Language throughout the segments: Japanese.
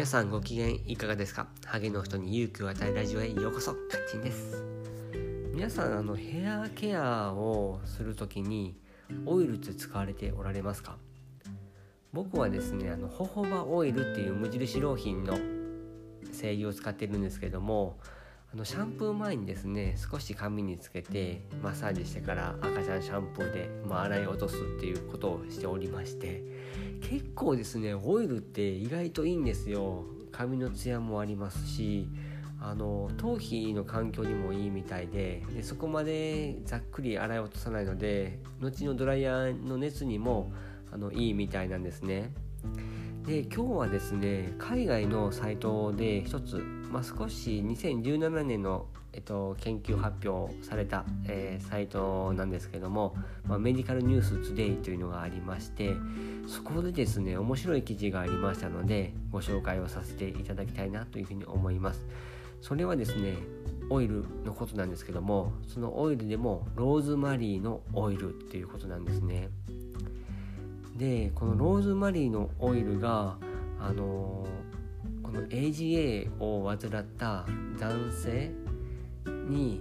皆さんご機嫌いかがですか？ハゲの人に勇気を与えるラジオへようこそ。カッチンです。皆さんヘアケアをするときにオイルって使われておられますか？僕はですねホホバオイルっていう無印良品の精油を使っているんですけども、シャンプー前にですね少し髪につけてマッサージしてから赤ちゃんシャンプーで、洗い落とすっていうことをしておりまして、結構ですねオイルって意外といいんですよ。髪のツヤもありますし、頭皮の環境にもいいみたいで、そこまでざっくり洗い落とさないので、後のドライヤーの熱にもいいみたいなんですね。で、今日はですね海外のサイトで一つ、少し2017年の、研究発表された、サイトなんですけども、メディカルニューストゥデイというのがありまして、そこでですね面白い記事がありましたのでご紹介をさせていただきたいなというふうに思います。それはですねオイルのことなんですけども、そのオイルでもローズマリーのオイルっていうことなんですね。で、このローズマリーのオイルがこの AGA を患った男性に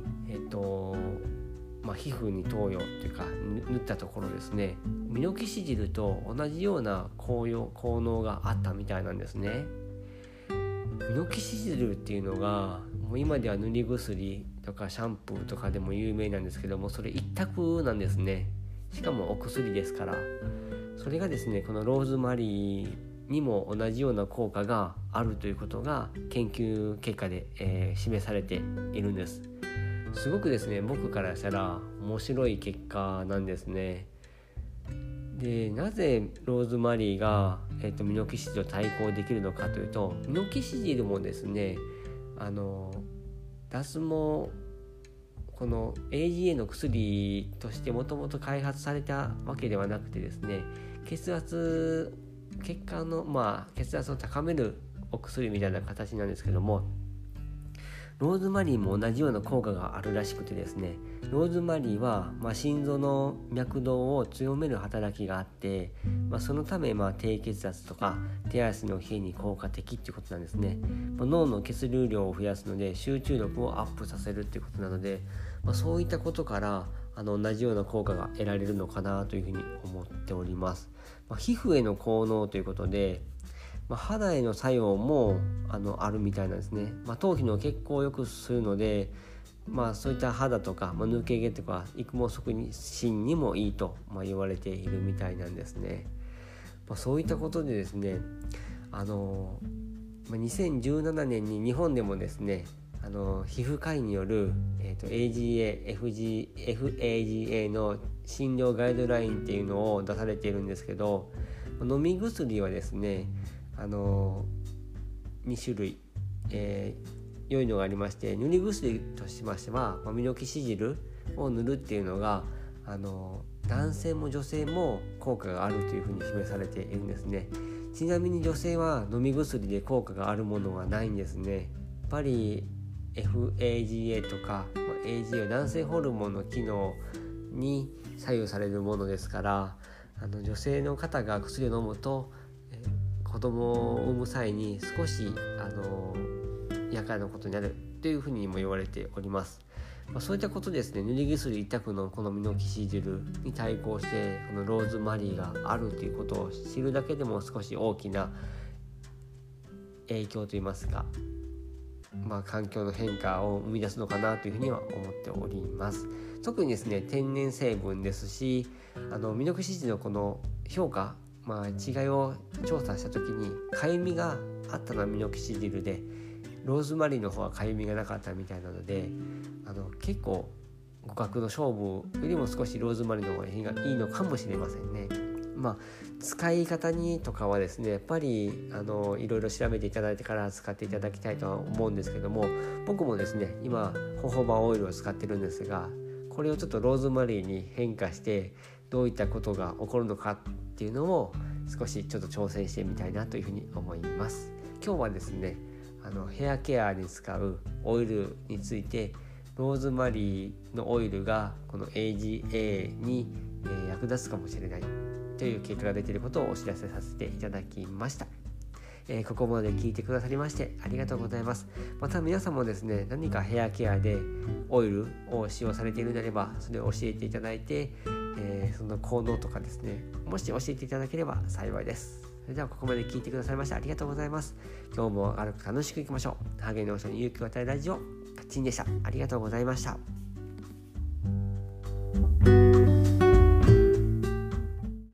皮膚に投与というか塗ったところですね、ミノキシジルと同じような効能があったみたいなんですね。ミノキシジルっていうのがもう今では塗り薬とかシャンプーとかでも有名なんですけども、それ一択なんですね。しかもお薬ですから、それがですねこのローズマリーにも同じような効果があるということが研究結果で、示されているんです。すごくですね僕からしたら面白い結果なんですね。で、なぜローズマリーが、ミノキシジルと対抗できるのかというと、ミノキシジルもですね脱毛この AGA の薬としてもともと開発されたわけではなくてですね、血圧を高めるお薬みたいな形なんですけども、ローズマリーも同じような効果があるらしくてですね、ローズマリーは、心臓の脈動を強める働きがあって、そのため、低血圧とか手足の冷えに効果的っていうことなんですね。脳の血流量を増やすので集中力をアップさせるっていうことなので、そういったことから同じような効果が得られるのかなというふうに思っております。皮膚への効能ということで、肌への作用もあるみたいなんですね。頭皮の血行を良くするので、そういった肌とか、抜け毛とか育毛促進にもいいと、言われているみたいなんですね。そういったことでですね2017年に日本でもですね皮膚科医による、AGA、FAGA の診療ガイドラインっていうのを出されているんですけど、飲み薬はですね2種類、良いのがありまして、塗り薬としましては、ミノキシジルを塗るっていうのが男性も女性も効果があるというふうに示されているんですね。ちなみに女性は飲み薬で効果があるものはないんですね。やっぱり FAGA とか、AGA は男性ホルモンの機能に左右されるものですから、女性の方が薬を飲むと、子供を産む際に少し厄介なことになるというふうにも言われております。そういったことですね、塗り薬一択のこのミノキシジルに対抗してこのローズマリーがあるということを知るだけでも少し大きな影響といいますか、環境の変化を生み出すのかなというふうには思っております。特にですね天然成分ですし、ミノキシジルのこの評価、違いを調査した時にかゆみがあったのはミノキシジルで、ローズマリーの方はかゆみがなかったみたいなので、結構互角の勝負よりも少しローズマリーの方がいいのかもしれませんね。使い方にとかはですねやっぱりいろいろ調べていただいてから使っていただきたいとは思うんですけども、僕もですね今ホホバオイルを使ってるんですが、これをちょっとローズマリーに変化してどういったことが起こるのかっていうのを少しちょっと挑戦してみたいなというふうに思います。今日はですねヘアケアに使うオイルについて、ローズマリーのオイルがこの AGA に役立つかもしれないという結果が出ていることをお知らせさせていただきました。 ここまで聞いてくださりましてありがとうございます。また皆さんもですね、何かヘアケアでオイルを使用されているのであれば、それを教えていただいて、その効能とかですね、もし教えていただければ幸いです。それではここまで聞いてくださいましてありがとうございます。今日も明るく楽しくいきましょう。励みの人に勇気を与えるラジオ、カッチンでした。ありがとうございました。